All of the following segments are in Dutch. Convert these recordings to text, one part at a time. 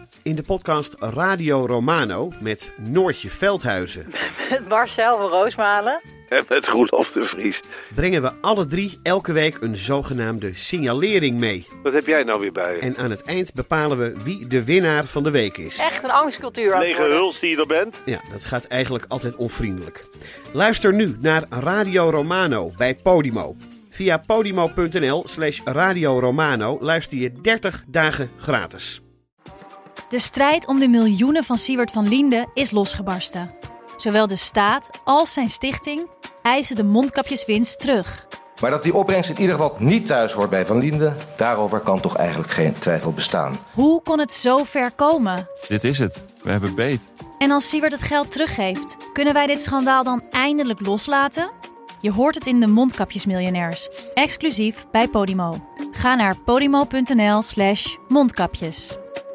In de podcast Radio Romano met Noortje Veldhuizen. Met Marcel van Roosmalen. En met Roelof de Vries. Brengen we alle drie elke week een zogenaamde signalering mee. Wat heb jij nou weer bij je? En aan het eind bepalen we wie de winnaar van de week is. Echt een angstcultuur. Lege huls die je er bent? Ja, dat gaat eigenlijk altijd onvriendelijk. Luister nu naar Radio Romano bij Podimo. Via podimo.nl/Radio Romano luister je 30 dagen gratis. De strijd om de miljoenen van Siewert van Liende is losgebarsten. Zowel de staat als zijn stichting eisen de mondkapjeswinst terug. Maar dat die opbrengst in ieder geval niet thuis hoort bij Van Liende, daarover kan toch eigenlijk geen twijfel bestaan. Hoe kon het zo ver komen? Dit is het. We hebben beet. En als Siewert het geld teruggeeft, kunnen wij dit schandaal dan eindelijk loslaten? Je hoort het in de Mondkapjesmiljonairs, exclusief bij Podimo. Ga naar podimo.nl/mondkapjes.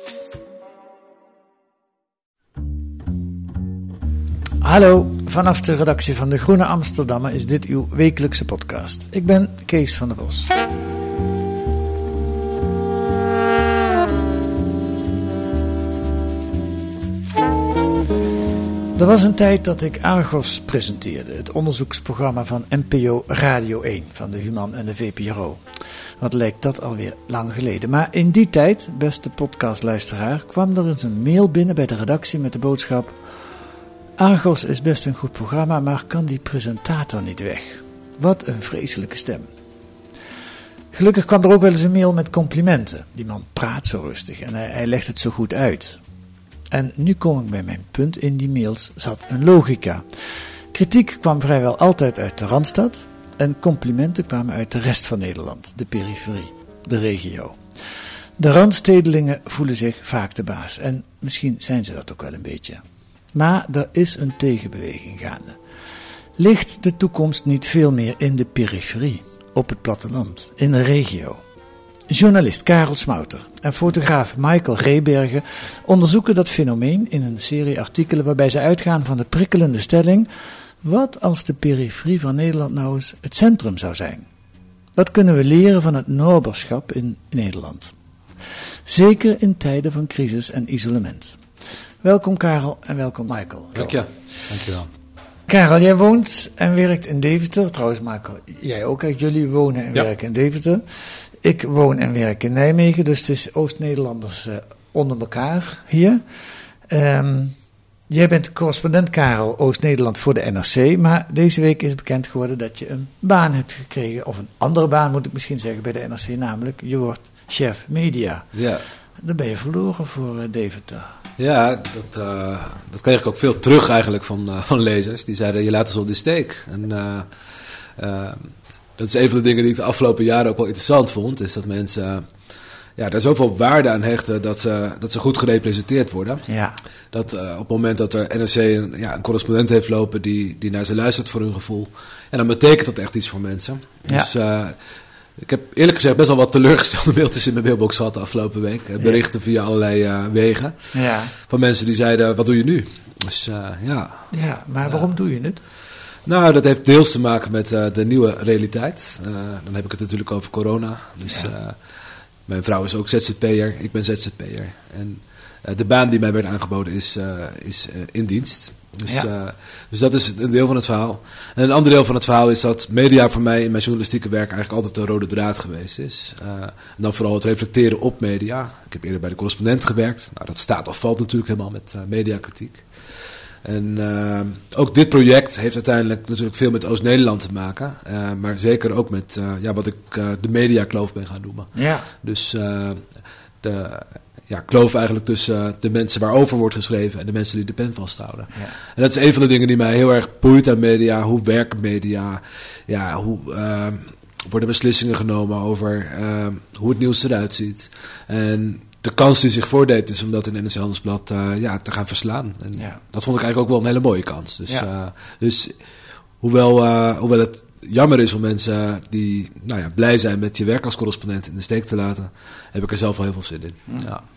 Hallo, vanaf de redactie van De Groene Amsterdammer is dit uw wekelijkse podcast. Ik ben Kees van der Bos. Er was een tijd dat ik Argos presenteerde, het onderzoeksprogramma van NPO Radio 1 van de Human en de VPRO. Wat lijkt dat alweer lang geleden. Maar in die tijd, beste podcastluisteraar, kwam er eens een mail binnen bij de redactie met de boodschap: Argos is best een goed programma, maar kan die presentator niet weg? Wat een vreselijke stem. Gelukkig kwam er ook wel eens een mail met complimenten. Die man praat zo rustig en hij legt het zo goed uit. En nu kom ik bij mijn punt. In die mails zat een logica. Kritiek kwam vrijwel altijd uit de Randstad en complimenten kwamen uit de rest van Nederland, de periferie, de regio. De randstedelingen voelen zich vaak de baas en misschien zijn ze dat ook wel een beetje. Maar er is een tegenbeweging gaande. Ligt de toekomst niet veel meer in de periferie, op het platteland, in de regio? Journalist Karel Smouter en fotograaf Michael Rebergen onderzoeken dat fenomeen in een serie artikelen waarbij ze uitgaan van de prikkelende stelling: wat als de periferie van Nederland nou eens het centrum zou zijn? Wat kunnen we leren van het noberschap in Nederland? Zeker in tijden van crisis en isolement. Welkom Karel en welkom Michael. Dank je wel. Karel, jij woont en werkt in Deventer. Trouwens Michael, jij ook. Jullie wonen en werken in Deventer. Ik woon en werk in Nijmegen, dus het is Oost-Nederlanders onder elkaar hier. Jij bent correspondent, Karel, Oost-Nederland voor de NRC. Maar deze week is bekend geworden dat je een baan hebt gekregen, of een andere baan moet ik misschien zeggen bij de NRC, namelijk je wordt chef media. Ja. Dan ben je verloren voor Deventer. Ja, dat kreeg ik ook veel terug eigenlijk van lezers. Die zeiden, je laat ons op de steek. En dat is een van de dingen die ik de afgelopen jaren ook wel interessant vond. Is dat mensen daar zoveel waarde aan hechten dat ze goed gerepresenteerd worden. Ja. Dat op het moment dat er NRC een correspondent heeft lopen die naar ze luistert voor hun gevoel. En dan betekent dat echt iets voor mensen. Ja. Dus ik heb eerlijk gezegd best wel wat teleurgestelde mailtjes in mijn mailbox gehad de afgelopen week. Berichten via allerlei wegen. Ja. Van mensen die zeiden, wat doe je nu? Dus Ja, maar waarom doe je het? Nou, dat heeft deels te maken met de nieuwe realiteit. Dan heb ik het natuurlijk over corona. Dus mijn vrouw is ook ZZP'er, ik ben ZZP'er. En de baan die mij werd aangeboden is in dienst. Dus dat is een deel van het verhaal. En een ander deel van het verhaal is dat media voor mij in mijn journalistieke werk eigenlijk altijd een rode draad geweest is. En dan vooral het reflecteren op media. Ik heb eerder bij de correspondent gewerkt. Nou, dat staat of valt natuurlijk helemaal met mediakritiek. En ook dit project heeft uiteindelijk natuurlijk veel met Oost-Nederland te maken. Maar zeker ook met wat ik de mediakloof ben gaan noemen. Ja. Dus de kloof eigenlijk tussen de mensen waarover wordt geschreven en de mensen die de pen vasthouden. Ja. En dat is een van de dingen die mij heel erg boeit aan media. Hoe werken media? Ja, hoe worden beslissingen genomen over hoe het nieuws eruit ziet? En de kans die zich voordeed is om dat in NRC Handelsblad te gaan verslaan. En dat vond ik eigenlijk ook wel een hele mooie kans. Dus, dus hoewel het jammer is om mensen die blij zijn met je werk als correspondent in de steek te laten, heb ik er zelf wel heel veel zin in. Ja.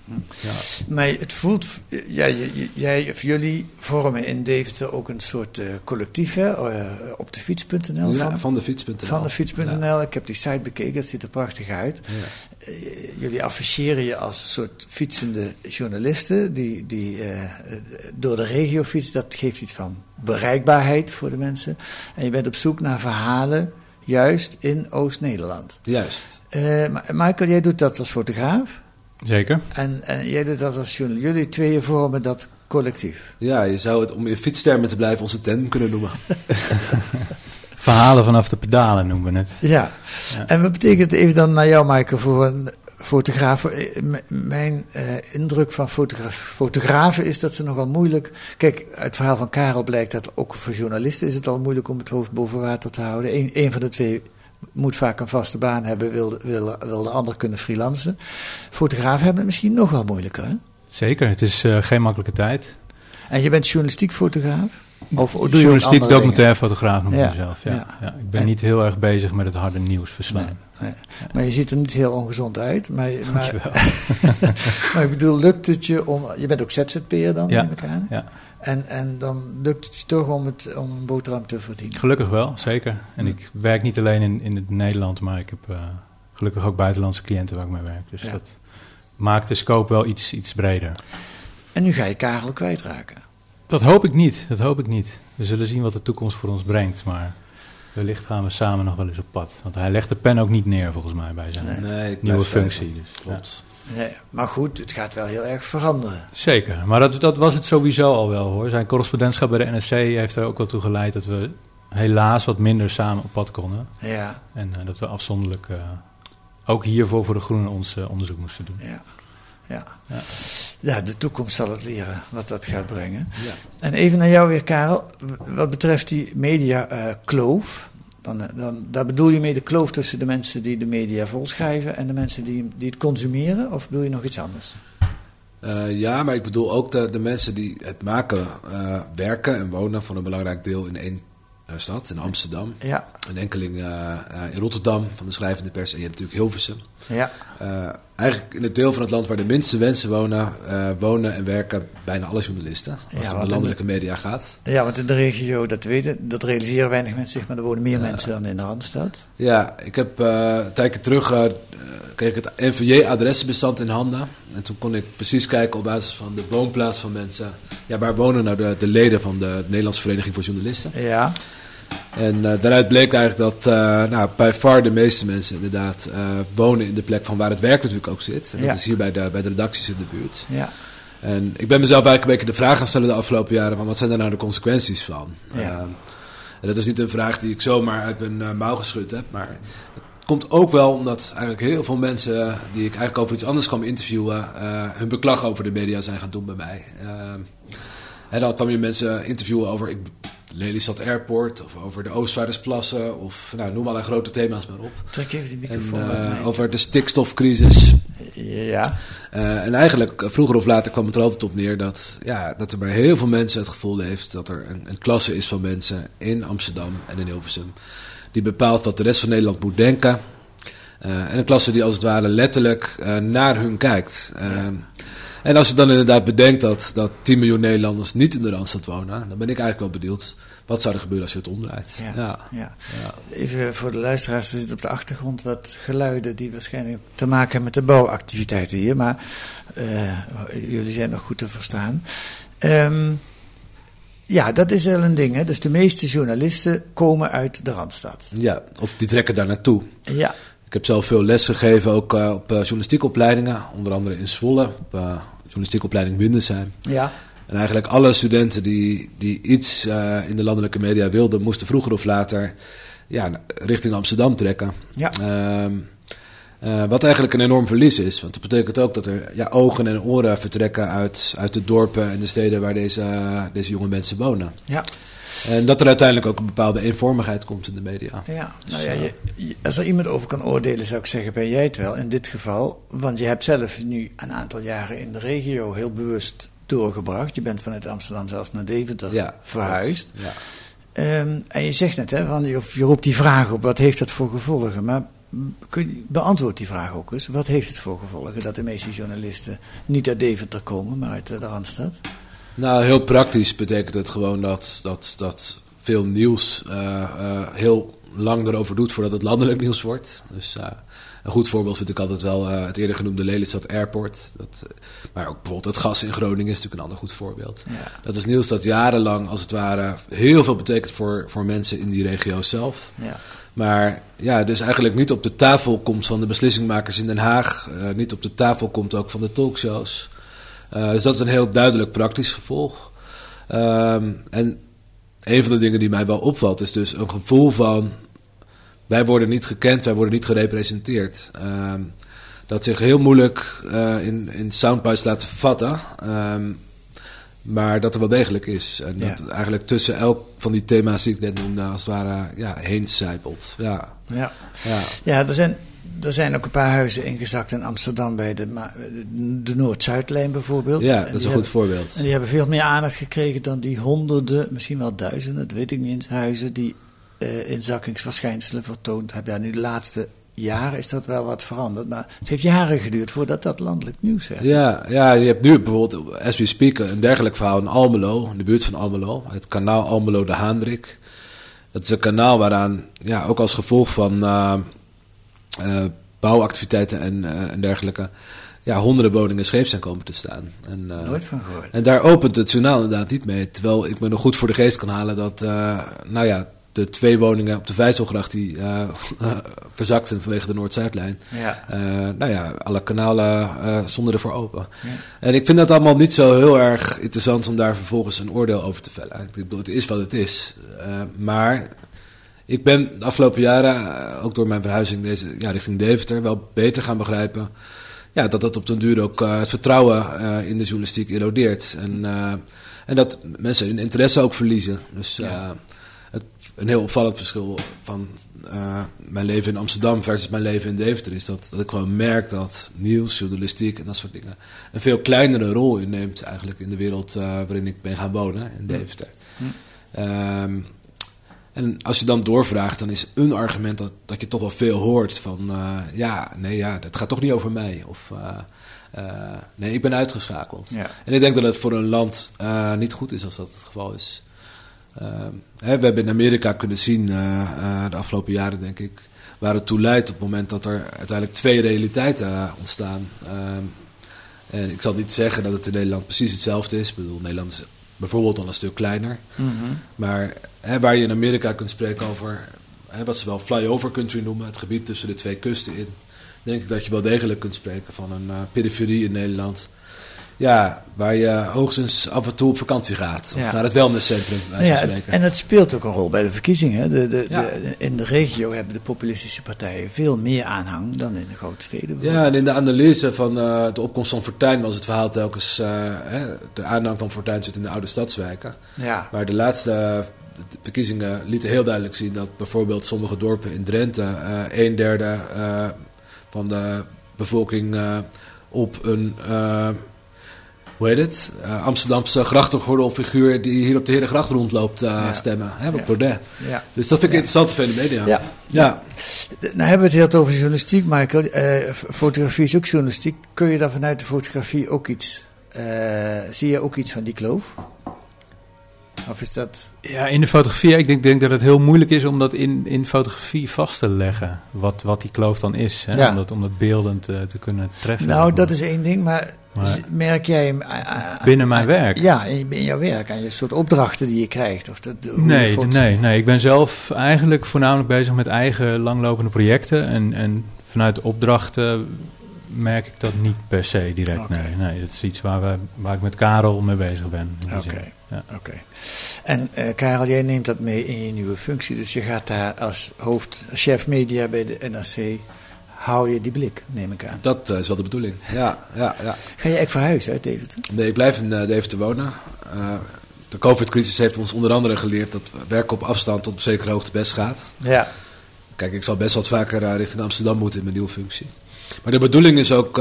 Ja. Maar het voelt, jij of jullie vormen in Deventer ook een soort collectief, hè? Op de fiets.nl. Van de fiets.nl. Van de fiets.nl. Ja. Ik heb die site bekeken, het ziet er prachtig uit. Ja. Jullie afficheren je als een soort fietsende journalisten die door de regio fietsen. Dat geeft iets van bereikbaarheid voor de mensen. En je bent op zoek naar verhalen, juist in Oost-Nederland. Juist. Michael, jij doet dat als fotograaf. Zeker. En jij doet dat als journalist. Jullie tweeën vormen dat collectief. Ja, je zou het, om in fietstermen te blijven, onze tandem kunnen noemen. Verhalen vanaf de pedalen noemen we het. Ja. En wat betekent even dan naar jou, Michael, voor een fotograaf? Mijn indruk van fotografen is dat ze nogal moeilijk... Kijk, uit het verhaal van Karel blijkt dat ook voor journalisten is het al moeilijk om het hoofd boven water te houden. Eén van de twee moet vaak een vaste baan hebben, wil de ander kunnen freelancen. Fotografen hebben het misschien nog wel moeilijker, hè? Zeker, het is geen makkelijke tijd. En je bent journalistiek fotograaf? Of doe je journalistiek documentair fotograaf noem ik mezelf. Ja. Ja. Ik ben niet heel erg bezig met het harde nieuws verslaan. Nee. Maar je ziet er niet heel ongezond uit. Dankjewel. Maar ik bedoel, lukt het je om... Je bent ook ZZP'er dan, neem ik aan? Ja. En dan lukt het je toch om een boterham te verdienen? Gelukkig wel, zeker. En ik werk niet alleen in Nederland, maar ik heb gelukkig ook buitenlandse cliënten waar ik mee werk. Dus dat maakt de scope wel iets breder. En nu ga je Karel kwijtraken? Dat hoop ik niet. We zullen zien wat de toekomst voor ons brengt, maar wellicht gaan we samen nog wel eens op pad. Want hij legt de pen ook niet neer volgens mij bij zijn nieuwe functie. Dus, klopt. Nee, maar goed, het gaat wel heel erg veranderen. Zeker, maar dat was het sowieso al wel hoor. Zijn correspondentschap bij de NRC heeft er ook wel toe geleid dat we helaas wat minder samen op pad konden. Ja. En dat we afzonderlijk ook hiervoor voor de Groene ons onderzoek moesten doen. Ja, de toekomst zal het leren wat dat gaat brengen. Ja. En even naar jou weer, Karel. Wat betreft die mediakloof, daar bedoel je mee de kloof tussen de mensen die de media volschrijven en de mensen die het consumeren? Of bedoel je nog iets anders? Ja, maar ik bedoel ook de mensen die het maken, werken en wonen voor een belangrijk deel in één stad, in Amsterdam. Ja. Een enkeling in Rotterdam van de schrijvende pers en je hebt natuurlijk Hilversum. Ja. Eigenlijk in het deel van het land waar de minste mensen wonen en werken bijna alle journalisten. Als het om de landelijke media gaat. Ja, want in de regio, dat realiseren weinig mensen zich, maar er wonen meer mensen dan in de Randstad. Ja, ik heb een tijdje terug kreeg ik het NVJ-adressenbestand in handen. En toen kon ik precies kijken op basis van de woonplaats van mensen. Ja, waar wonen nou de leden van de Nederlandse Vereniging voor Journalisten? Ja. En daaruit bleek eigenlijk dat by far de meeste mensen inderdaad wonen in de plek van waar het werk natuurlijk ook zit. En dat is hier bij de redacties in de buurt. Ja. En ik ben mezelf eigenlijk een beetje de vraag gaan stellen de afgelopen jaren van wat zijn daar nou de consequenties van? Ja. En dat is niet een vraag die ik zomaar uit mijn mouw geschud heb, maar het komt ook wel omdat eigenlijk heel veel mensen die ik eigenlijk over iets anders kwam interviewen, hun beklag over de media zijn gaan doen bij mij. En dan kwam je mensen interviewen over Lelystad Airport of over de Oostvaardersplassen of noem allerlei grote thema's maar op. Trek even die microfoon. En, over de stikstofcrisis. Ja. En eigenlijk vroeger of later kwam het er altijd op neer dat er bij heel veel mensen het gevoel heeft dat er een klasse is van mensen in Amsterdam en in Hilversum die bepaalt wat de rest van Nederland moet denken. En een klasse die als het ware letterlijk naar hun kijkt. En als je dan inderdaad bedenkt dat 10 miljoen Nederlanders niet in de Randstad wonen, dan ben ik eigenlijk wel benieuwd, wat zou er gebeuren als je het omdraait? Ja. Even voor de luisteraars, er zitten op de achtergrond wat geluiden die waarschijnlijk te maken hebben met de bouwactiviteiten hier, maar jullie zijn nog goed te verstaan. Ja, dat is wel een ding, hè? Dus de meeste journalisten komen uit de Randstad. Ja, of die trekken daar naartoe. Ja. Ik heb zelf veel les gegeven, ook op journalistieke opleidingen. Onder andere in Zwolle, op journalistieke opleiding Windesheim. Ja. En eigenlijk alle studenten die iets in de landelijke media wilden, moesten vroeger of later richting Amsterdam trekken. Ja. Wat eigenlijk een enorm verlies is. Want dat betekent ook dat er ogen en oren vertrekken uit de dorpen en de steden waar deze jonge mensen wonen. Ja. En dat er uiteindelijk ook een bepaalde eenvormigheid komt in de media. Ja, als er iemand over kan oordelen, zou ik zeggen, ben jij het wel in dit geval. Want je hebt zelf nu een aantal jaren in de regio heel bewust doorgebracht. Je bent vanuit Amsterdam zelfs naar Deventer verhuisd. Ja. En je zegt net, hè, je roept die vraag op, wat heeft dat voor gevolgen? Maar beantwoord die vraag ook eens. Wat heeft het voor gevolgen dat de meeste journalisten niet uit Deventer komen, maar uit de Randstad? Nou, heel praktisch betekent het gewoon dat veel nieuws heel lang erover doet voordat het landelijk nieuws wordt. Dus een goed voorbeeld vind ik altijd wel het eerder genoemde Lelystad Airport. Maar ook bijvoorbeeld het gas in Groningen is natuurlijk een ander goed voorbeeld. Ja. Dat is nieuws dat jarenlang als het ware heel veel betekent voor mensen in die regio zelf. Ja. Maar ja, dus eigenlijk niet op de tafel komt van de beslissingmakers in Den Haag. Niet op de tafel komt ook van de talkshows. Dus dat is een heel duidelijk praktisch gevolg. En een van de dingen die mij wel opvalt is dus een gevoel van... wij worden niet gekend, wij worden niet gerepresenteerd. Dat zich heel moeilijk in soundbites laat vatten... maar dat er wel degelijk is. En dat eigenlijk tussen elk van die thema's die ik net noemde... als het ware heen zijpelt. Ja, er zijn ook een paar huizen ingezakt in Amsterdam... bij de Noord-Zuidlijn bijvoorbeeld. Ja, dat is een goed voorbeeld. En die hebben veel meer aandacht gekregen dan die honderden... misschien wel duizenden, dat weet ik niet eens... huizen die inzakkingsverschijnselen vertoond hebben. Ja, nu de laatste... jaren is dat wel wat veranderd, maar het heeft jaren geduurd voordat dat landelijk nieuws werd. Ja, je hebt nu bijvoorbeeld, as we speak, een dergelijk verhaal in Almelo, in de buurt van Almelo, het kanaal Almelo de Haandrik. Dat is een kanaal waaraan, ook als gevolg van bouwactiviteiten en dergelijke, honderden woningen scheef zijn komen te staan. Nooit van gehoord. En daar opent het journaal inderdaad niet mee, terwijl ik me nog goed voor de geest kan halen dat, de 2 woningen op de Vijzelgracht die verzakten vanwege de Noord-Zuidlijn. Alle kanalen stonden ervoor open. Ja. En ik vind dat allemaal niet zo heel erg interessant om daar vervolgens een oordeel over te vellen. Ik bedoel, het is wat het is. Maar ik ben de afgelopen jaren, ook door mijn verhuizing richting Deventer, wel beter gaan begrijpen dat op den duur ook het vertrouwen in de journalistiek erodeert. En dat mensen hun interesse ook verliezen. Dus... een heel opvallend verschil van mijn leven in Amsterdam versus mijn leven in Deventer is dat ik gewoon merk dat nieuws, journalistiek en dat soort dingen een veel kleinere rol inneemt eigenlijk in de wereld waarin ik ben gaan wonen in Deventer. En als je dan doorvraagt, dan is een argument dat je toch wel veel hoort van dat gaat toch niet over mij of nee, ik ben uitgeschakeld. Ja. En ik denk dat het voor een land niet goed is als dat het geval is. We hebben in Amerika kunnen zien de afgelopen jaren, denk ik, waar het toe leidt op het moment dat er uiteindelijk 2 realiteiten ontstaan. En ik zal niet zeggen dat het in Nederland precies hetzelfde is. Ik bedoel, Nederland is bijvoorbeeld dan een stuk kleiner. Mm-hmm. Maar waar je in Amerika kunt spreken over wat ze wel flyover country noemen, het gebied tussen de 2 kusten in, denk ik dat je wel degelijk kunt spreken van een periferie in Nederland. Ja, waar je hoogstens af en toe op vakantie gaat. Of naar het wellnesscentrum. En het speelt ook een rol bij de verkiezingen. In de regio hebben de populistische partijen veel meer aanhang dan in de grote steden. Ja, en in de analyse van de opkomst van Fortuyn was het verhaal telkens... de aanhang van Fortuyn zit in de oude stadswijken. Ja. Maar de laatste verkiezingen lieten heel duidelijk zien dat bijvoorbeeld sommige dorpen in Drenthe... 1/3 van de bevolking op een... Amsterdamse grachtengordelfiguur die hier op de Herengracht rondloopt stemmen. Op Baudet. Ja. Dus dat vind ik interessant fenomeen. Ja. Nou hebben we het heel over journalistiek, Michael. Fotografie is ook journalistiek. Kun je daar vanuit de fotografie ook iets... zie je ook iets van die kloof? Of is dat... Ja, in de fotografie, ik denk dat het heel moeilijk is om dat in fotografie vast te leggen. Wat die kloof dan is. Hè? Ja. Om dat beeldend te kunnen treffen. Nou, dat is één ding, maar merk jij... binnen mijn werk? Ja, in jouw werk. Aan je soort opdrachten die je krijgt. Of Nee. Ik ben zelf eigenlijk voornamelijk bezig met eigen langlopende projecten. En vanuit opdrachten merk ik dat niet per se direct. Okay. Nee, dat is iets waar ik met Karel mee bezig ben. Oké. En Karel, jij neemt dat mee in je nieuwe functie. Dus je gaat daar als chef media bij de NRC... hou je die blik, neem ik aan. Dat is wel de bedoeling, ja. Ga je eigenlijk verhuizen uit Deventer? Nee, ik blijf in Deventer wonen. De COVID-crisis heeft ons onder andere geleerd... dat werken op afstand tot op zekere hoogte best gaat. Ja. Kijk, ik zal best wat vaker richting Amsterdam moeten in mijn nieuwe functie. Maar de bedoeling is ook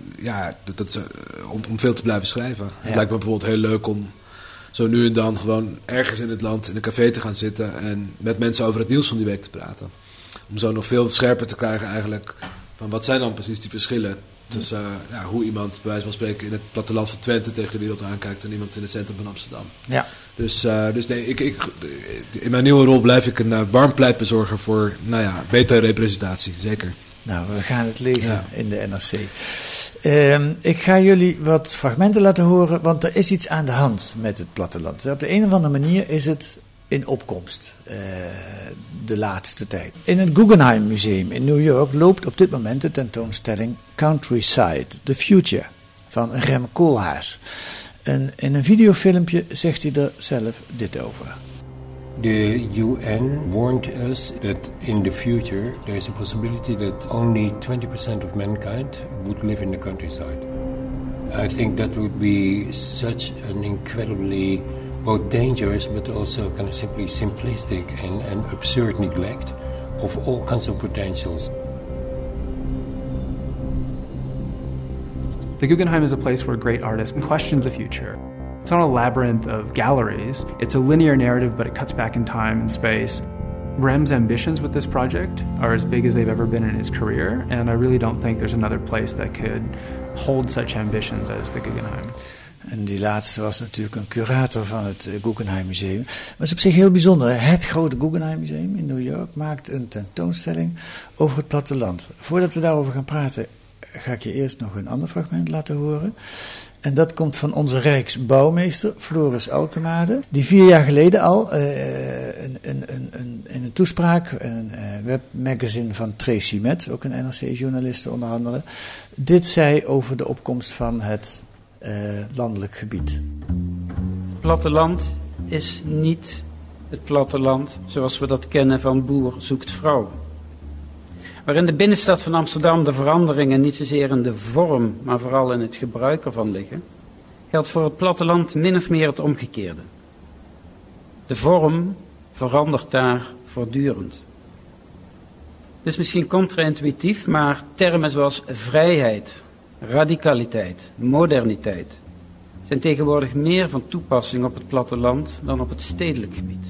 om veel te blijven schrijven. Ja. Het lijkt me bijvoorbeeld heel leuk om zo nu en dan gewoon ergens in het land in een café te gaan zitten... en met mensen over het nieuws van die week te praten. Om zo nog veel scherper te krijgen eigenlijk van wat zijn dan precies die verschillen tussen hoe iemand bij wijze van spreken in het platteland van Twente tegen de wereld aankijkt en iemand in het centrum van Amsterdam. Ja. Dus nee, ik in mijn nieuwe rol blijf ik een warm pleitbezorger voor betere representatie, zeker. Nou, we gaan het lezen in de NRC. Ik ga jullie wat fragmenten laten horen, want er is iets aan de hand met het platteland. Op de een of andere manier is het in opkomst de laatste tijd. In het Guggenheim Museum in New York loopt op dit moment de tentoonstelling Countryside, The Future van Rem Koolhaas. En in een videofilmpje zegt hij er zelf dit over. The UN warned us that in the future there is a possibility that only 20% of mankind would live in the countryside. I think that would be such an incredibly both dangerous but also kind of simply simplistic and absurd neglect of all kinds of potentials. The Guggenheim is a place where great artists question the future. It's not a labyrinth of galleries. It's a linear narrative, but it cuts back in time and space. Rem's ambitions with this project are as big as they've ever been in his career, and I really don't think there's another place that could hold such ambitions as the Guggenheim. En die laatste was natuurlijk een curator van het Guggenheim Museum. Maar het is op zich heel bijzonder. Het grote Guggenheim Museum in New York maakt een tentoonstelling over het platteland. Voordat we daarover gaan praten, ga ik je eerst nog een ander fragment laten horen. En dat komt van onze Rijksbouwmeester Floris Alkemade, die 4 jaar geleden al in een toespraak, een webmagazine van Tracy Metz, ook een NRC-journaliste onder andere, dit zei over de opkomst van het landelijk gebied. Platteland is niet het platteland zoals we dat kennen van boer zoekt vrouw. Waarin de binnenstad van Amsterdam de veranderingen niet zozeer in de vorm, maar vooral in het gebruik ervan liggen, geldt voor het platteland min of meer het omgekeerde. De vorm verandert daar voortdurend. Het is misschien contra-intuïtief, maar termen zoals vrijheid, radicaliteit, moderniteit zijn tegenwoordig meer van toepassing op het platteland dan op het stedelijk gebied.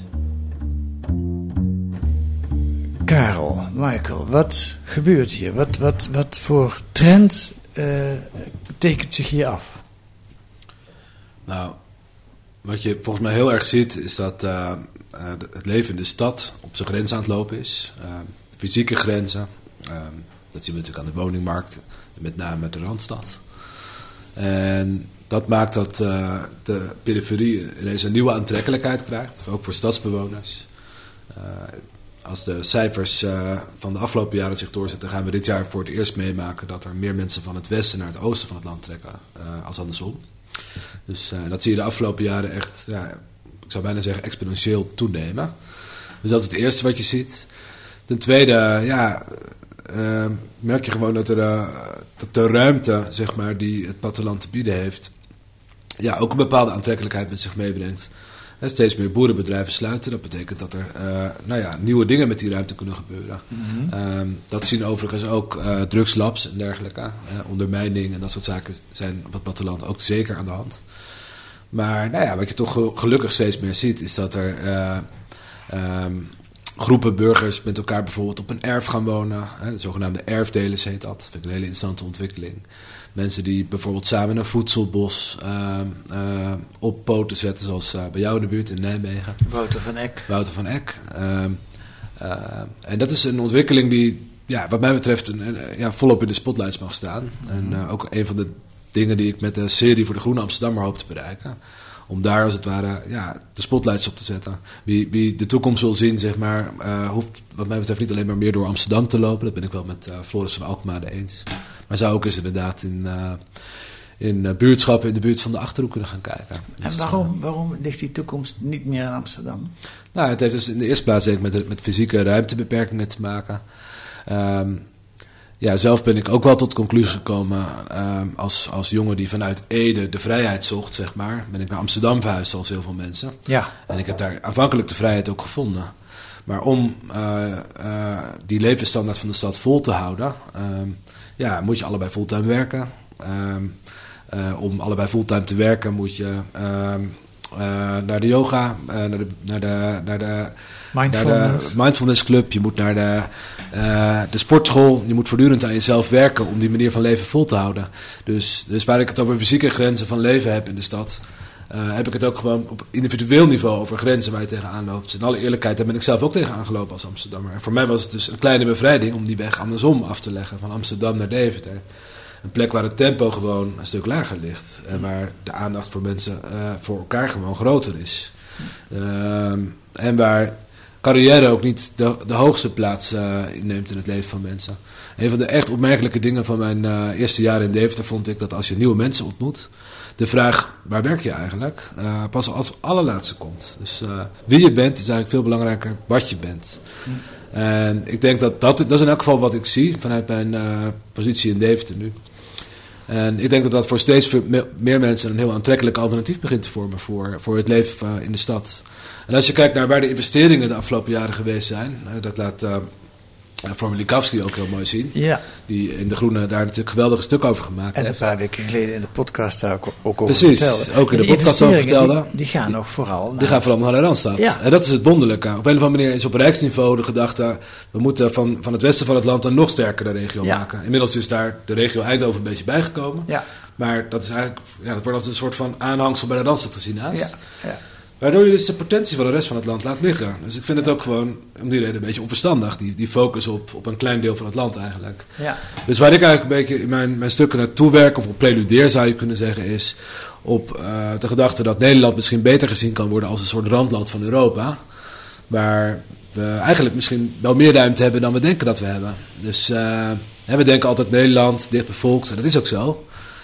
Karel, Michael, wat gebeurt hier? Wat voor trend tekent zich hier af? Nou, wat je volgens mij heel erg ziet is dat het leven in de stad op zijn grens aan het lopen is. Fysieke grenzen, dat zien we natuurlijk aan de woningmarkt, met name de Randstad. En dat maakt dat de periferie ineens een nieuwe aantrekkelijkheid krijgt, ook voor stadsbewoners. Als de cijfers van de afgelopen jaren zich doorzetten, gaan we dit jaar voor het eerst meemaken dat er meer mensen van het westen naar het oosten van het land trekken als andersom. Dus dat zie je de afgelopen jaren echt, ik zou bijna zeggen, exponentieel toenemen. Dus dat is het eerste wat je ziet. Ten tweede, merk je gewoon dat de ruimte, zeg maar, die het platteland te bieden heeft, ook een bepaalde aantrekkelijkheid met zich meebrengt. Steeds meer boerenbedrijven sluiten. Dat betekent dat er nieuwe dingen met die ruimte kunnen gebeuren. Mm-hmm. Dat zien overigens ook drugslabs en dergelijke. Ondermijning en dat soort zaken zijn op het platteland ook zeker aan de hand. Maar wat je toch gelukkig steeds meer ziet, is dat er groepen burgers met elkaar bijvoorbeeld op een erf gaan wonen. De zogenaamde erfdelers heet dat. Dat vind ik een hele interessante ontwikkeling. Mensen die bijvoorbeeld samen een voedselbos op poten zetten, zoals bij jou in de buurt in Nijmegen. Wouter van Eck. En dat is een ontwikkeling die, wat mij betreft, volop in de spotlights mag staan. En ook een van de dingen die ik met de serie voor de Groene Amsterdammer hoop te bereiken. Om daar als het ware de spotlights op te zetten. Wie de toekomst wil zien, zeg maar, hoeft wat mij betreft niet alleen maar meer door Amsterdam te lopen. Dat ben ik wel met Floris van Alkemade eens. Maar zou ook eens inderdaad in buurtschappen in de buurt van de Achterhoek kunnen gaan kijken. En waarom ligt die toekomst niet meer in Amsterdam? Nou, het heeft dus in de eerste plaats met fysieke ruimtebeperkingen te maken. Zelf ben ik ook wel tot de conclusie gekomen als jongen die vanuit Ede de vrijheid zocht, zeg maar. Ben ik naar Amsterdam verhuisd, zoals heel veel mensen. Ja. En ik heb daar aanvankelijk de vrijheid ook gevonden. Maar om die levensstandaard van de stad vol te houden, moet je allebei fulltime werken. Om allebei fulltime te werken moet je naar de yoga, naar de mindfulness club. Je moet naar de sportschool. Je moet voortdurend aan jezelf werken om die manier van leven vol te houden. Dus waar ik het over fysieke grenzen van leven heb in de stad, heb ik het ook gewoon op individueel niveau over grenzen waar je tegenaan loopt. In alle eerlijkheid, daar ben ik zelf ook tegenaan gelopen als Amsterdammer. En voor mij was het dus een kleine bevrijding om die weg andersom af te leggen, van Amsterdam naar Deventer. Een plek waar het tempo gewoon een stuk lager ligt. En waar de aandacht voor mensen, voor elkaar gewoon groter is. En waar carrière ook niet de hoogste plaats inneemt in het leven van mensen. Een van de echt opmerkelijke dingen van mijn eerste jaren in Deventer vond ik dat als je nieuwe mensen ontmoet, de vraag, waar werk je eigenlijk, pas als allerlaatste komt. Dus wie je bent is eigenlijk veel belangrijker wat je bent. En ik denk dat is in elk geval wat ik zie vanuit mijn positie in Deventer nu. En ik denk dat voor steeds meer mensen een heel aantrekkelijk alternatief begint te vormen voor het leven in de stad. En als je kijkt naar waar de investeringen de afgelopen jaren geweest zijn, dat laat Formilikowski ook heel mooi zien. Ja. Die in De Groene daar natuurlijk geweldige stuk over gemaakt heeft. En een paar weken geleden in de podcast daar ook over Precies, vertelde. Ook in de podcast over vertelde. Die gaan nog vooral Die gaan vooral naar de Randstad. Ja. En dat is het wonderlijke. Op een of andere manier is op rijksniveau de gedachte, we moeten van het westen van het land een nog sterkere regio maken. Inmiddels is daar de regio Eindhoven een beetje bijgekomen. Ja. Maar dat is eigenlijk, dat wordt als een soort van aanhangsel bij de Randstad gezien haast. Ja. Waardoor je dus de potentie van de rest van het land laat liggen. Dus ik vind het ook gewoon, om die reden, een beetje onverstandig. Die focus op een klein deel van het land eigenlijk. Ja. Dus waar ik eigenlijk een beetje in mijn stukken naartoe werk, of op preludeer zou je kunnen zeggen, is op de gedachte dat Nederland misschien beter gezien kan worden als een soort randland van Europa. Waar we eigenlijk misschien wel meer ruimte hebben dan we denken dat we hebben. Dus we denken altijd Nederland, dichtbevolkt, en dat is ook zo.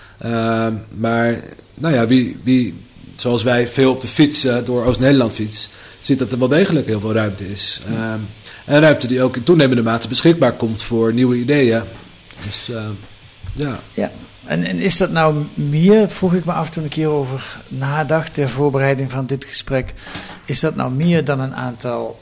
Maar nou ja, wie zoals wij veel op de fiets door Oost-Nederland fiets, ziet dat er wel degelijk heel veel ruimte is. En ruimte die ook in toenemende mate beschikbaar komt voor nieuwe ideeën. Dus ja. En is dat nou meer, vroeg ik me af toen ik hierover nadacht ter voorbereiding van dit gesprek, is dat nou meer dan een aantal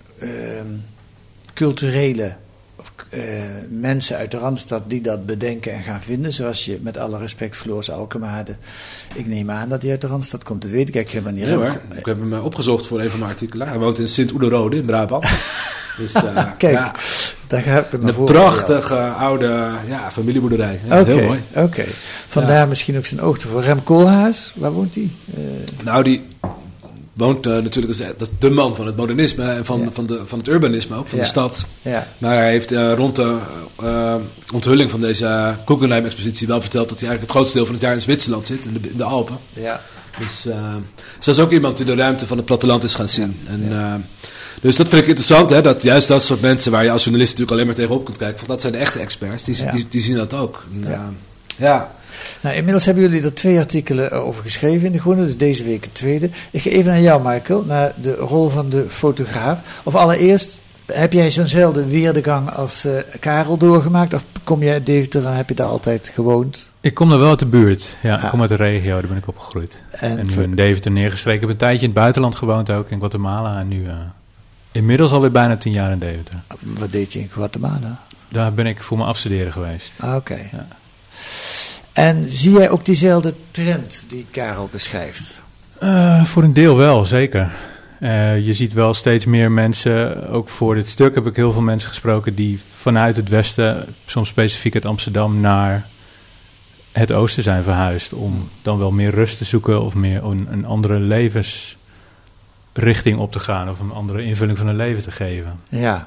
culturele mensen uit de Randstad die dat bedenken en gaan vinden, zoals je met alle respect Floris Alkemade, ik neem aan dat hij uit de Randstad komt, dat weet ik eigenlijk helemaal niet. Ja, maar ik heb hem opgezocht voor een van mijn artikelen. Hij woont in Sint-Oederode in Brabant. Dus, kijk, daar ga ik een prachtige oude familieboerderij. Ja, heel mooi. Oké. Vandaar misschien ook zijn oog voor. Rem Koolhaas, waar woont hij? Nou, die woont natuurlijk, dat is de man van het modernisme en van het urbanisme ook, van de stad. Ja. Maar hij heeft rond de onthulling van deze Guggenheim-expositie wel verteld dat hij eigenlijk het grootste deel van het jaar in Zwitserland zit, in de Alpen. Ja. Dus dat is ook iemand die de ruimte van het platteland is gaan zien. Ja. En, dus dat vind ik interessant, hè, dat juist dat soort mensen waar je als journalist natuurlijk alleen maar tegenop kunt kijken, dat zijn de echte experts, die zien dat ook. Ja. Nou, inmiddels hebben jullie er 2 artikelen over geschreven in De Groene, dus deze week het tweede. Ik ga even naar jou, Michael, naar de rol van de fotograaf. Of allereerst, heb jij zo'nzelfde weerdegang als Karel doorgemaakt? Of kom jij uit Deventer en heb je daar altijd gewoond? Ik kom daar wel uit de buurt. Ja, ik kom uit de regio, daar ben ik opgegroeid. En nu in Deventer neergestreken. Ik heb een tijdje in het buitenland gewoond ook, in Guatemala. En nu inmiddels alweer bijna 10 jaar in Deventer. Wat deed je in Guatemala? Daar ben ik voor mijn afstuderen geweest. Oké. Ja. En zie jij ook diezelfde trend die Karel beschrijft? Voor een deel wel, zeker. Je ziet wel steeds meer mensen, ook voor dit stuk heb ik heel veel mensen gesproken die vanuit het westen, soms specifiek uit Amsterdam, naar het oosten zijn verhuisd. Om dan wel meer rust te zoeken of meer een andere levensrichting op te gaan. Of een andere invulling van hun leven te geven. Ja.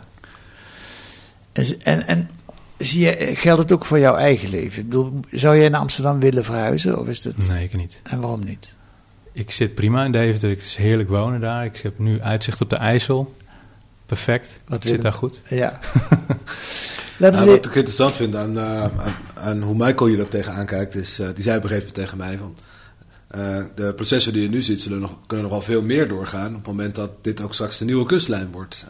En geldt het ook voor jouw eigen leven? Ik bedoel, zou jij naar Amsterdam willen verhuizen? Of is het... Nee, ik niet. En waarom niet? Ik zit prima in Deventer. Het is heerlijk wonen daar. Ik heb nu uitzicht op de IJssel. Perfect. Ik zit daar goed. Ja. Wat ik interessant vind aan hoe Michael hier ook tegenaan kijkt, is, die zei op een gegeven moment tegen mij van, de processen die je nu ziet kunnen nog wel veel meer doorgaan op het moment dat dit ook straks de nieuwe kustlijn wordt.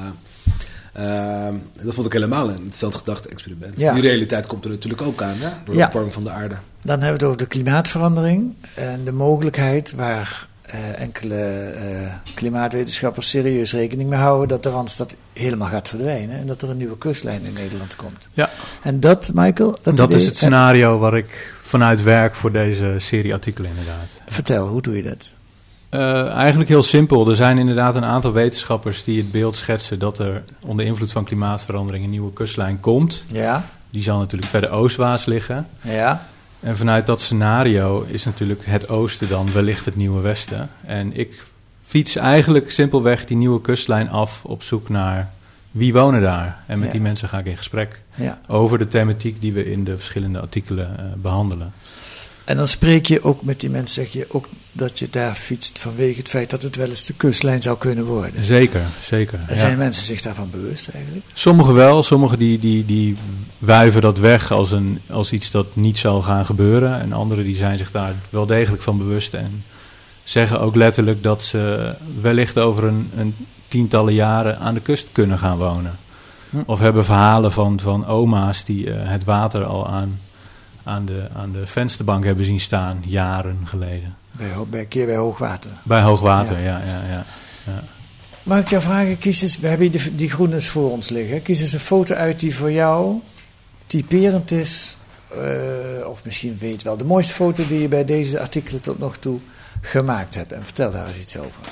En dat vond ik helemaal een interessant gedachte-experiment. Ja. Die realiteit komt er natuurlijk ook aan, hè? Door de opwarming van de aarde. Dan hebben we het over de klimaatverandering en de mogelijkheid waar enkele klimaatwetenschappers serieus rekening mee houden dat de Randstad helemaal gaat verdwijnen en dat er een nieuwe kustlijn in Nederland komt. Ja. En dat, Michael? Dat is het scenario waar ik vanuit werk voor deze serie artikelen inderdaad. Vertel, hoe doe je dat? Eigenlijk heel simpel. Er zijn inderdaad een aantal wetenschappers die het beeld schetsen dat er onder invloed van klimaatverandering een nieuwe kustlijn komt. Ja. Die zal natuurlijk verder oostwaarts liggen. Ja. En vanuit dat scenario is natuurlijk het oosten dan wellicht het nieuwe westen. En ik fiets eigenlijk simpelweg die nieuwe kustlijn af op zoek naar wie wonen daar. En met die mensen ga ik in gesprek over de thematiek die we in de verschillende artikelen behandelen. En dan spreek je ook met die mensen, zeg je ook dat je daar fietst vanwege het feit dat het wel eens de kustlijn zou kunnen worden. Zeker, zeker. En zijn mensen zich daarvan bewust eigenlijk? Sommigen wel, sommigen die wuiven dat weg als iets dat niet zal gaan gebeuren. En anderen die zijn zich daar wel degelijk van bewust en zeggen ook letterlijk dat ze wellicht over een tientallen jaren aan de kust kunnen gaan wonen. Of hebben verhalen van oma's die het water al aan de vensterbank hebben zien staan, jaren geleden. Een keer bij hoogwater. Bij hoogwater, ja. Mag ik jou vragen, kies eens, we hebben die groenes voor ons liggen. Kies eens een foto uit die voor jou typerend is, of misschien weet je wel, de mooiste foto die je bij deze artikelen tot nog toe gemaakt hebt. En vertel daar eens iets over.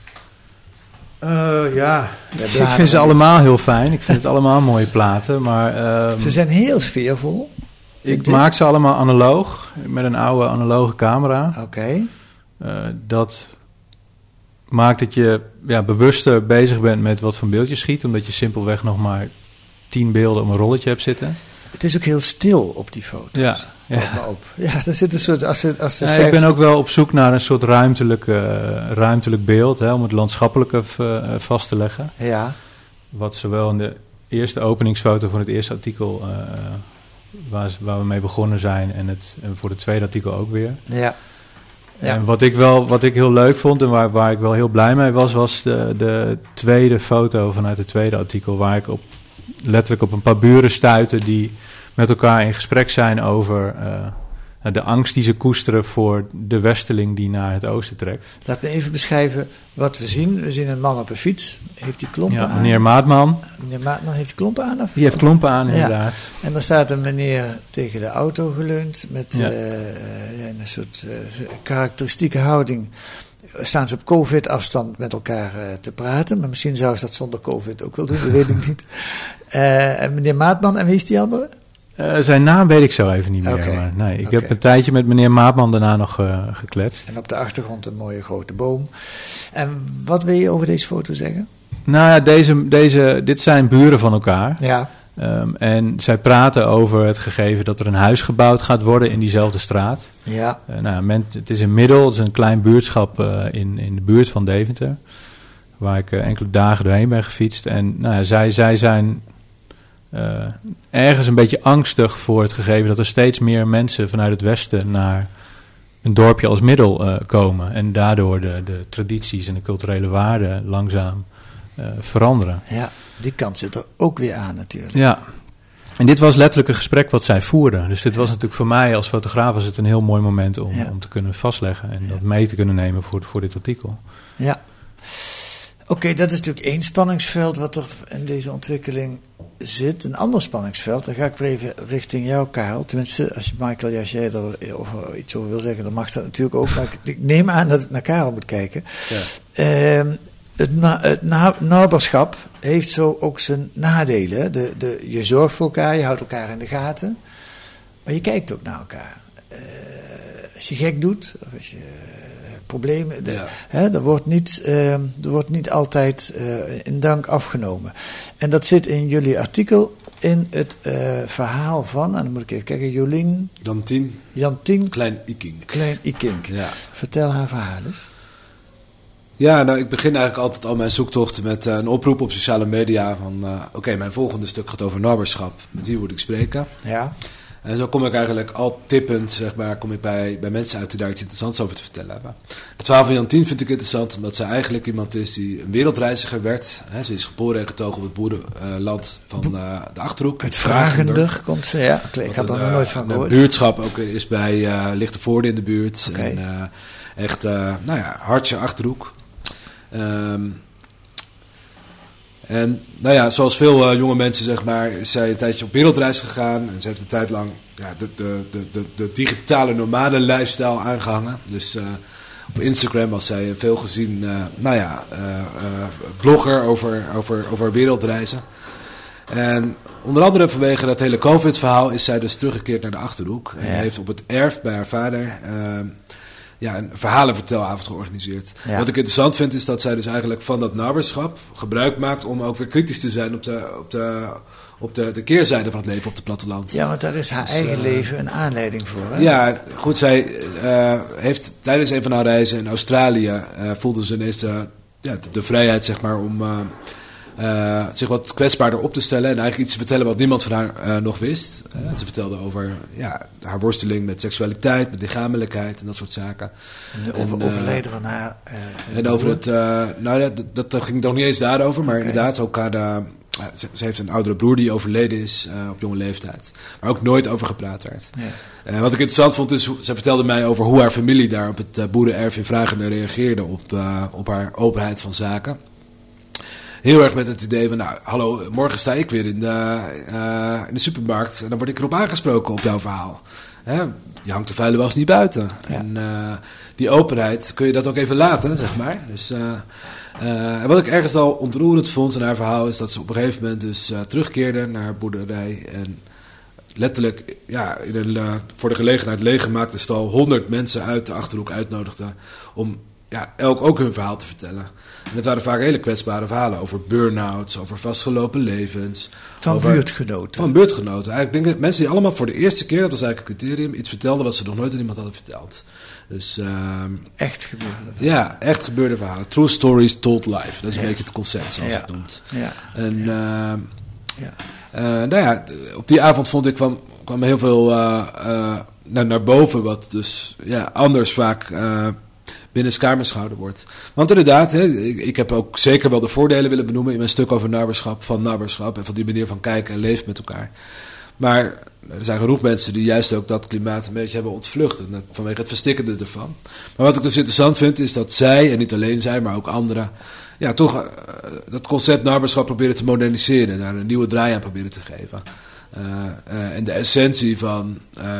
Ik vind ze allemaal heel fijn. Ik vind het allemaal mooie platen, maar ze zijn heel sfeervol. Ik maak ze allemaal analoog, met een oude analoge camera. Oké. Dat maakt dat je bewuster bezig bent met wat voor beeld je schiet, omdat je simpelweg nog maar 10 beelden op een rolletje hebt zitten. Het is ook heel stil op die foto's. Ja. Er zit een soort... Ik ben ook wel op zoek naar een soort ruimtelijk beeld, om het landschappelijke vast te leggen. Ja. Wat zowel in de eerste openingsfoto van het eerste artikel, waar we mee begonnen zijn, en voor het tweede artikel ook weer. Ja. En wat ik heel leuk vond en waar ik wel heel blij mee was de tweede foto vanuit het tweede artikel, waar ik letterlijk op een paar buren stuitte die met elkaar in gesprek zijn over de angst die ze koesteren voor de westerling die naar het oosten trekt. Laat me even beschrijven wat we zien. We zien een man op een fiets. Heeft hij klompen aan? Meneer Maatman. Meneer Maatman heeft klompen aan? Die heeft klompen aan, inderdaad. En dan staat een meneer tegen de auto geleund met een soort karakteristieke houding. Staan ze op COVID-afstand met elkaar te praten. Maar misschien zou ze dat zonder COVID ook wel doen, dat weet ik niet. En meneer Maatman, en wie is die andere? Zijn naam weet ik zo even niet meer. Okay. Maar nee, ik heb een tijdje met meneer Maatman daarna nog gekletst. En op de achtergrond een mooie grote boom. En wat wil je over deze foto zeggen? Nou ja, dit zijn buren van elkaar. Ja. En zij praten over het gegeven dat er een huis gebouwd gaat worden in diezelfde straat. Ja. Het is in Middel, het is een klein buurtschap in de buurt van Deventer. Waar ik enkele dagen doorheen ben gefietst. En zij zijn ergens een beetje angstig voor het gegeven dat er steeds meer mensen vanuit het westen naar een dorpje als Middel komen. En daardoor de tradities en de culturele waarden langzaam veranderen. Ja, die kant zit er ook weer aan natuurlijk. Ja, en dit was letterlijk een gesprek wat zij voerden. Dus dit was natuurlijk voor mij als fotograaf was het een heel mooi moment om te kunnen vastleggen en dat mee te kunnen nemen voor dit artikel. Ja. Oké, dat is natuurlijk één spanningsveld wat er in deze ontwikkeling zit. Een ander spanningsveld, dan ga ik weer even richting jou, Karel. Tenminste, als jij er over iets over wil zeggen, dan mag dat natuurlijk ook. Maar ik neem aan dat ik naar Karel moet kijken. Ja. Het naberschap heeft zo ook zijn nadelen. Je zorgt voor elkaar, je houdt elkaar in de gaten. Maar je kijkt ook naar elkaar. Als je gek doet, of als je problemen... er wordt niet altijd in dank afgenomen. En dat zit in jullie artikel in het verhaal van... En dan moet ik even kijken, Jantien. Klein Ikink. Ja. Vertel haar verhaal eens. Ja, nou, ik begin eigenlijk altijd al mijn zoektocht met een oproep op sociale media van... Oké, mijn volgende stuk gaat over naberschap. Met wie moet ik spreken? Ja. En zo kom ik eigenlijk al tippend, zeg maar, kom ik bij mensen uit die daar iets interessants over te vertellen hebben. Het verhaal van Jantien vind ik interessant, omdat ze eigenlijk iemand is die een wereldreiziger werd. Ze is geboren en getogen op het boerenland van de Achterhoek. Het Vragender komt ze, ja. Ik had er nog nooit van gehoord. Een buurtschap ook is bij Lichtenvoorde in de buurt. Okay. En echt, hartje Achterhoek. En nou ja, zoals veel jonge mensen, zeg maar, is zij een tijdje op wereldreis gegaan. En ze heeft een tijd lang de digitale nomade lifestyle aangehangen. Dus Op Instagram was zij een veelgezien blogger over wereldreizen. En onder andere vanwege dat hele COVID-verhaal is zij dus teruggekeerd naar de Achterhoek. En heeft op het erf bij haar vader een verhalenvertelavond georganiseerd. Ja. Wat ik interessant vind is dat zij dus eigenlijk van dat naberschap gebruik maakt om ook weer kritisch te zijn op de keerzijde van het leven op het platteland. Ja, want daar is haar eigen leven een aanleiding voor. Hè? Ja, goed. Zij heeft tijdens een van haar reizen in Australië voelde ze ineens de vrijheid, zeg maar, om zich wat kwetsbaarder op te stellen en eigenlijk iets te vertellen wat niemand van haar nog wist. Ze vertelde over haar worsteling met seksualiteit, met lichamelijkheid en dat soort zaken. En overleden van haar. En over het, dat ging nog niet eens daarover, maar inderdaad ook haar. Ze heeft een oudere broer die overleden is op jonge leeftijd. Waar ook nooit over gepraat werd. Ja. Wat ik interessant vond is, ze vertelde mij over hoe haar familie daar op het boerenerf in Vragender reageerde op haar openheid van zaken. Heel erg met het idee van, hallo, morgen sta ik weer in de supermarkt en dan word ik erop aangesproken op jouw verhaal. Je hangt de vuile was niet buiten. Ja. En die openheid, kun je dat ook even laten, zeg maar. Dus, en wat ik ergens al ontroerend vond in haar verhaal is dat ze op een gegeven moment dus terugkeerde naar haar boerderij en letterlijk in een voor de gelegenheid leeggemaakte stal 100 mensen uit de Achterhoek uitnodigde om elk ook hun verhaal te vertellen. En het waren vaak hele kwetsbare verhalen over burn-outs, over vastgelopen levens. Van buurtgenoten. Eigenlijk denk ik mensen die allemaal voor de eerste keer, dat was eigenlijk het criterium, iets vertelden wat ze nog nooit aan iemand hadden verteld. Dus, echt gebeurde verhalen. Ja, echt gebeurde verhalen. True stories told live. Dat is een beetje het concept, zoals het noemt. Ja. En op die avond vond ik kwam heel veel naar boven, wat dus anders vaak binnenskamers gehouden wordt. Want inderdaad, ik heb ook zeker wel de voordelen willen benoemen in mijn stuk over naberschap en van die manier van kijken en leven met elkaar. Maar er zijn genoeg mensen die juist ook dat klimaat een beetje hebben ontvlucht vanwege het verstikkende ervan. Maar wat ik dus interessant vind is dat zij, en niet alleen zij, maar ook anderen, toch dat concept naberschap proberen te moderniseren, daar een nieuwe draai aan proberen te geven. En de essentie van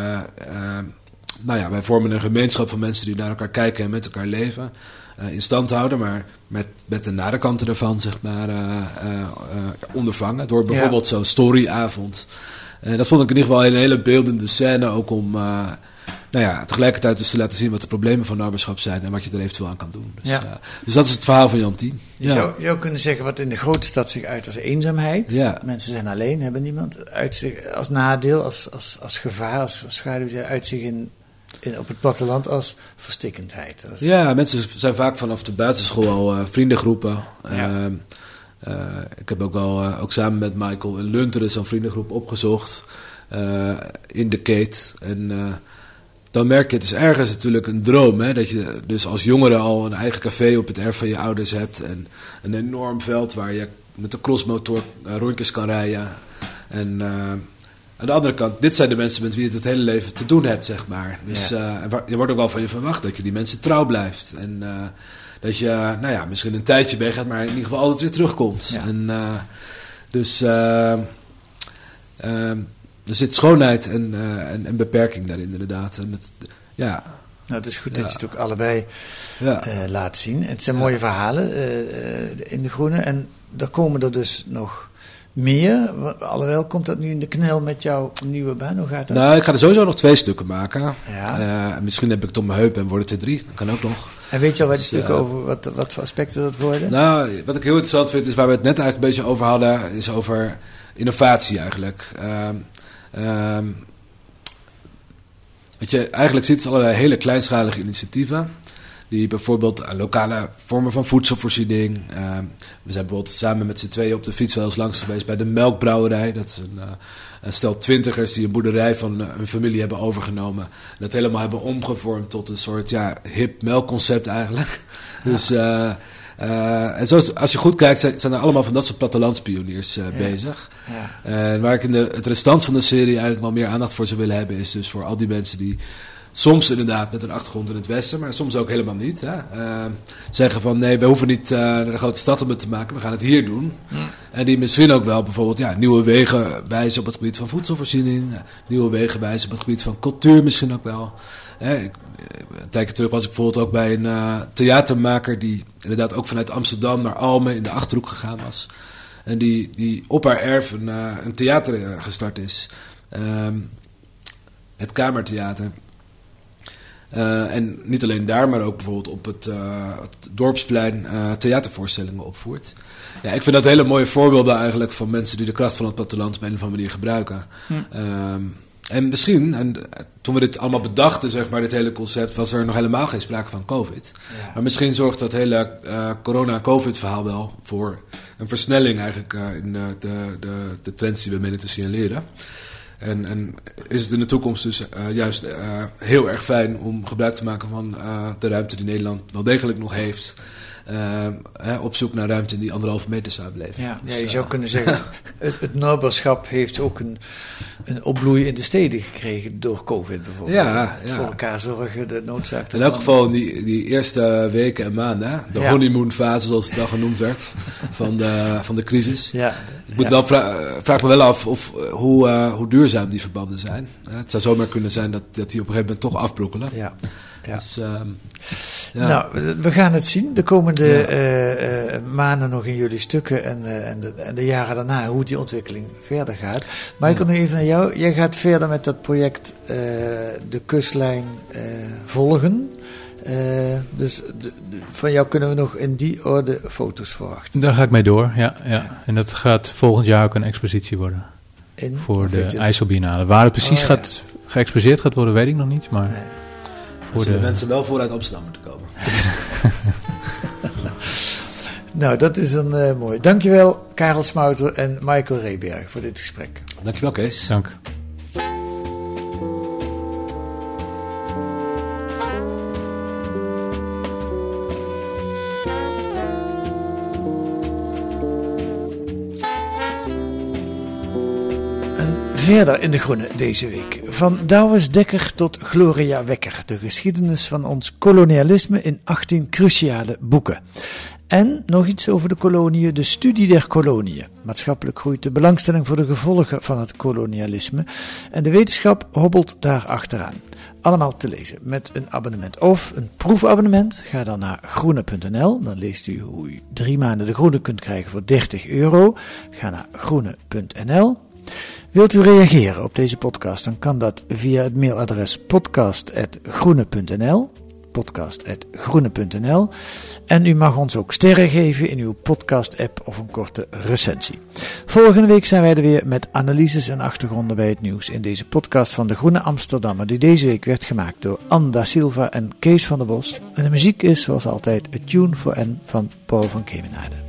wij vormen een gemeenschap van mensen die naar elkaar kijken en met elkaar leven, in stand houden, maar met de nare kanten ervan, zeg maar, ondervangen. Door bijvoorbeeld zo'n storyavond. En dat vond ik in ieder geval een hele beeldende scène, ook om tegelijkertijd dus te laten zien wat de problemen van naberschap zijn en wat je er eventueel aan kan doen. Dus, dus dat is het verhaal van Jantien. Je zou kunnen zeggen wat in de grote stad zich uit als eenzaamheid. Ja. Mensen zijn alleen, hebben niemand. Uit zich als nadeel, als gevaar, als schaduw, uit zich op het platteland als verstikkendheid. Ja, mensen zijn vaak vanaf de basisschool al vriendengroepen. Ja. Ik heb ook samen met Michael in Lunteren zo'n vriendengroep opgezocht. In de Keet. En dan merk je, het is ergens natuurlijk een droom. Hè, dat je dus als jongere al een eigen café op het erf van je ouders hebt. En een enorm veld waar je met de crossmotor rondjes kan rijden. En aan de andere kant, dit zijn de mensen met wie je het hele leven te doen hebt, zeg maar. Dus je wordt ook wel van je verwacht dat je die mensen trouw blijft. En dat je, misschien een tijdje weggaat, maar in ieder geval altijd weer terugkomt. Ja. En er zit schoonheid en beperking daarin, inderdaad. En het is goed dat je het ook allebei laat zien. Het zijn mooie verhalen in De Groene. En er komen er dus nog meer. Alhoewel, komt dat nu in de knel met jouw nieuwe baan? Hoe gaat dat? Nou, ik ga er sowieso nog 2 stukken maken. Ja. Misschien heb ik het op mijn heup en wordt het er 3. Dat kan ook nog. En weet je al wat die stukken over, wat voor aspecten dat worden? Nou, wat ik heel interessant vind, is waar we het net eigenlijk een beetje over hadden, is over innovatie eigenlijk. Wat je eigenlijk ziet, is allerlei hele kleinschalige initiatieven. Die bijvoorbeeld aan lokale vormen van voedselvoorziening. We zijn bijvoorbeeld samen met z'n tweeën op de fiets wel eens langs geweest bij de Melkbrouwerij. Dat is een stel 20ers die een boerderij van hun familie hebben overgenomen. En dat helemaal hebben omgevormd tot een soort hip melkconcept eigenlijk. Ja. Dus en zoals, als je goed kijkt, zijn er allemaal van dat soort plattelandspioniers bezig. Ja. En waar ik in het restant van de serie eigenlijk wel meer aandacht voor zou willen hebben, is dus voor al die mensen die soms inderdaad met een achtergrond in het Westen, maar soms ook helemaal niet. Hè? Zeggen van nee, we hoeven niet naar de grote stad om het te maken, we gaan het hier doen. En die misschien ook wel bijvoorbeeld nieuwe wegen wijzen op het gebied van voedselvoorziening, nieuwe wegen wijzen op het gebied van cultuur misschien ook wel. een tijdje terug was ik bijvoorbeeld ook bij een theatermaker die inderdaad ook vanuit Amsterdam naar Almen in de Achterhoek gegaan was. En die op haar erf een theater gestart is. Het Kamertheater. En niet alleen daar, maar ook bijvoorbeeld op het Dorpsplein theatervoorstellingen opvoert. Ja, ik vind dat hele mooie voorbeelden eigenlijk van mensen die de kracht van het platteland op een of andere manier gebruiken. En misschien, en toen we dit allemaal bedachten, zeg maar, dit hele concept, was er nog helemaal geen sprake van COVID. Ja. Maar misschien zorgt dat hele corona-COVID-verhaal wel voor een versnelling eigenlijk in de trends die we menen te signaleren. En is het in de toekomst dus juist heel erg fijn om gebruik te maken van de ruimte die Nederland wel degelijk nog heeft. Op zoek naar ruimte in die 1,5 meter samenleving. Ja, dus, je zou kunnen zeggen, het naberschap heeft ook een opbloei in de steden gekregen door COVID bijvoorbeeld. Ja. Voor elkaar zorgen, de noodzaak. In elk geval in die eerste weken en maanden, de honeymoon-fase zoals het dan genoemd werd, van de crisis. Ja. Ik moet wel vraag me wel af hoe duurzaam die verbanden zijn. Het zou zomaar kunnen zijn dat die op een gegeven moment toch afbrokkelen. Ja. Dus, Nou, we gaan het zien de komende maanden nog in jullie stukken en de jaren daarna, hoe die ontwikkeling verder gaat. Maar ik kom nu even naar jou. Jij gaat verder met dat project de kustlijn volgen. Dus van jou kunnen we nog in die orde foto's verwachten. Daar ga ik mee door, ja. En dat gaat volgend jaar ook een expositie worden. Voor de IJsselbiennale. Waar het precies geëxposeerd gaat worden, weet ik nog niet, maar... Nee. Voor de mensen wel vooruit Amsterdam moeten komen. Nou, dat is dan mooi. Dankjewel Karel Smouter en Michael Reberg voor dit gesprek. Dankjewel Kees. Dank. Verder in De Groene deze week. Van Douwes Dekker tot Gloria Wekker. De geschiedenis van ons kolonialisme in 18 cruciale boeken. En nog iets over de koloniën, de studie der koloniën. Maatschappelijk groeit de belangstelling voor de gevolgen van het kolonialisme. En de wetenschap hobbelt daar achteraan. Allemaal te lezen met een abonnement of een proefabonnement. Ga dan naar groene.nl. Dan leest u hoe u 3 maanden De Groene kunt krijgen voor €30. Ga naar groene.nl. Wilt u reageren op deze podcast, dan kan dat via het mailadres podcast@groene.nl. En u mag ons ook sterren geven in uw podcast-app of een korte recensie. Volgende week zijn wij er weer met analyses en achtergronden bij het nieuws in deze podcast van De Groene Amsterdammer, die deze week werd gemaakt door Anne da Silva en Kees van der Bos. En de muziek is zoals altijd A Tune for N van Paul van Kemenade.